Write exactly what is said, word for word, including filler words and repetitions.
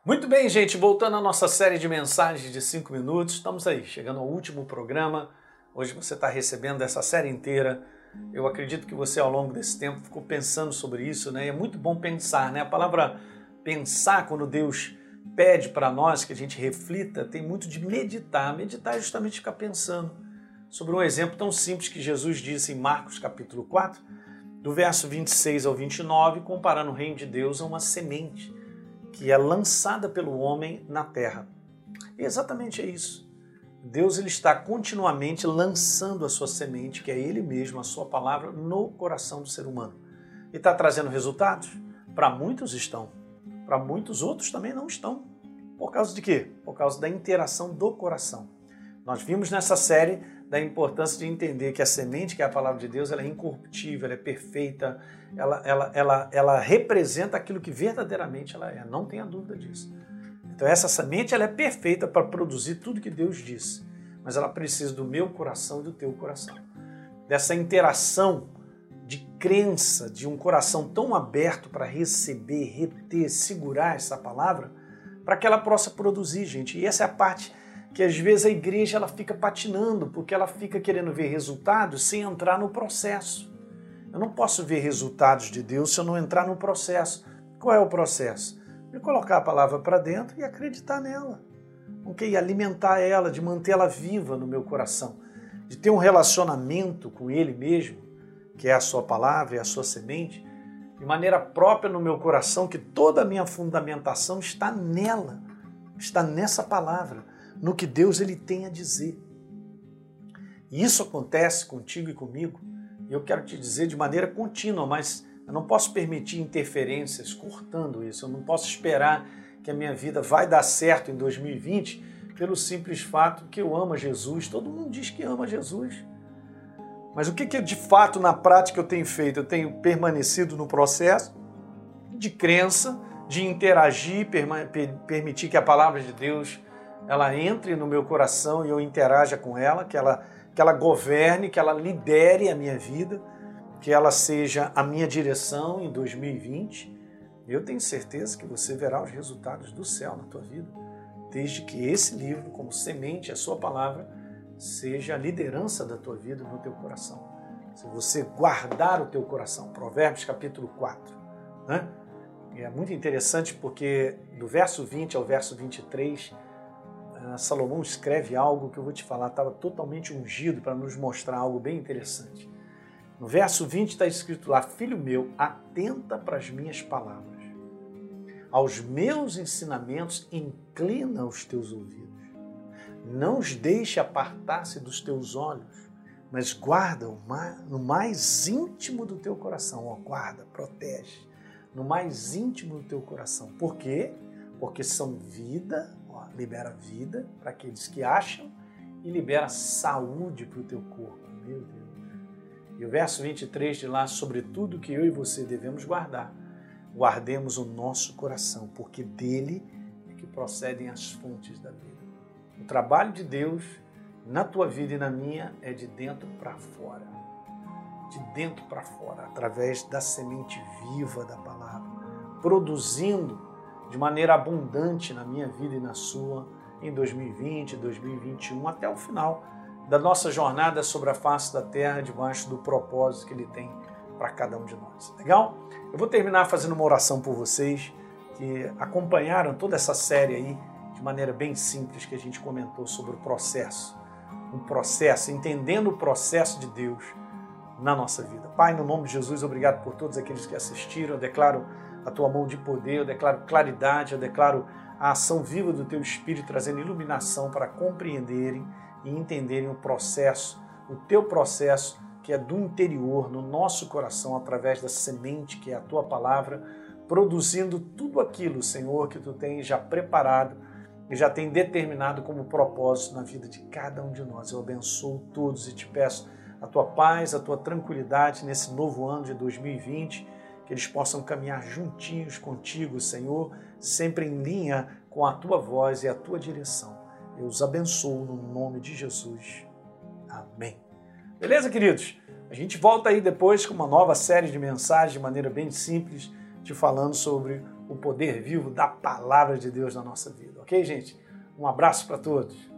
Muito bem, gente, voltando à nossa série de mensagens de cinco minutos, estamos aí, chegando ao último programa. Hoje você está recebendo essa série inteira. Eu acredito que você, ao longo desse tempo, ficou pensando sobre isso, né? E é muito bom pensar, né? A palavra pensar, quando Deus pede para nós que a gente reflita, tem muito de meditar. Meditar é justamente ficar pensando sobre um exemplo tão simples que Jesus disse em Marcos capítulo quatro, do verso vinte e seis ao vinte e nove, comparando o reino de Deus a uma semente que é lançada pelo homem na terra. E exatamente é isso. Deus ele está continuamente lançando a sua semente, que é Ele mesmo, a sua palavra, no coração do ser humano. E está trazendo resultados? Para muitos estão. Para muitos outros também não estão. Por causa de quê? Por causa da interação do coração. Nós vimos nessa série da importância de entender que a semente, que é a palavra de Deus, ela é incorruptível, ela é perfeita, ela, ela, ela, ela representa aquilo que verdadeiramente ela é, não tenha dúvida disso. Então essa semente ela é perfeita para produzir tudo que Deus disse, mas ela precisa do meu coração e do teu coração. Dessa interação de crença, de um coração tão aberto para receber, reter, segurar essa palavra, para que ela possa produzir, gente. E essa é a parte que às vezes a igreja ela fica patinando, porque ela fica querendo ver resultados sem entrar no processo. Eu não posso ver resultados de Deus se eu não entrar no processo. Qual é o processo? De colocar a palavra para dentro e acreditar nela. Okay? E alimentar ela, de mantê-la viva no meu coração. De ter um relacionamento com Ele mesmo, que é a sua palavra e a sua semente, de maneira própria no meu coração, que toda a minha fundamentação está nela, está nessa palavra, no que Deus ele tem a dizer. E isso acontece contigo e comigo, e eu quero te dizer de maneira contínua, mas eu não posso permitir interferências cortando isso, eu não posso esperar que a minha vida vai dar certo em dois mil e vinte pelo simples fato que eu amo Jesus. Todo mundo diz que ama Jesus. Mas o que, que de fato na prática eu tenho feito? Eu tenho permanecido no processo de crença, de interagir, permitir que a palavra de Deus ela entre no meu coração e eu interaja com ela, que ela, que ela governe, que ela lidere a minha vida, que ela seja a minha direção em dois mil e vinte. Eu tenho certeza que você verá os resultados do céu na tua vida, desde que esse livro, como semente, a sua palavra, seja a liderança da tua vida no teu coração. Se você guardar o teu coração, Provérbios capítulo quatro, né? E é muito interessante porque do verso vinte ao verso vinte e três, Salomão escreve algo que eu vou te falar, estava totalmente ungido para nos mostrar algo bem interessante. No verso vinte está escrito lá: filho meu, atenta para as minhas palavras, aos meus ensinamentos inclina os teus ouvidos, não os deixe apartar-se dos teus olhos, mas guarda no mais íntimo do teu coração. Ó, guarda, protege, no mais íntimo do teu coração. Por quê? Porque são vida, ó, libera vida para aqueles que acham e libera saúde para o teu corpo. Meu Deus. E o verso vinte e três de lá: sobretudo que eu e você devemos guardar, guardemos o nosso coração, porque dele é que procedem as fontes da vida. O trabalho de Deus na tua vida e na minha é de dentro para fora. De dentro para fora, através da semente viva da palavra, produzindo de maneira abundante na minha vida e na sua, em dois mil e vinte, dois mil e vinte e um, até o final da nossa jornada sobre a face da terra, debaixo do propósito que Ele tem para cada um de nós. Legal? Eu vou terminar fazendo uma oração por vocês que acompanharam toda essa série aí de maneira bem simples que a gente comentou sobre o processo. Um processo, entendendo o processo de Deus na nossa vida. Pai, no nome de Jesus, obrigado por todos aqueles que assistiram. Eu declaro a tua mão de poder, eu declaro claridade, eu declaro a ação viva do teu Espírito, trazendo iluminação para compreenderem e entenderem o processo, o teu processo que é do interior, no nosso coração, através da semente que é a tua palavra, produzindo tudo aquilo, Senhor, que tu tens já preparado e já tem determinado como propósito na vida de cada um de nós. Eu abençoo todos e te peço a tua paz, a tua tranquilidade nesse novo ano de dois mil e vinte, que eles possam caminhar juntinhos contigo, Senhor, sempre em linha com a tua voz e a tua direção. Eu os abençoo no nome de Jesus. Amém. Beleza, queridos? A gente volta aí depois com uma nova série de mensagens de maneira bem simples, te falando sobre o poder vivo da palavra de Deus na nossa vida, ok, gente? Um abraço para todos.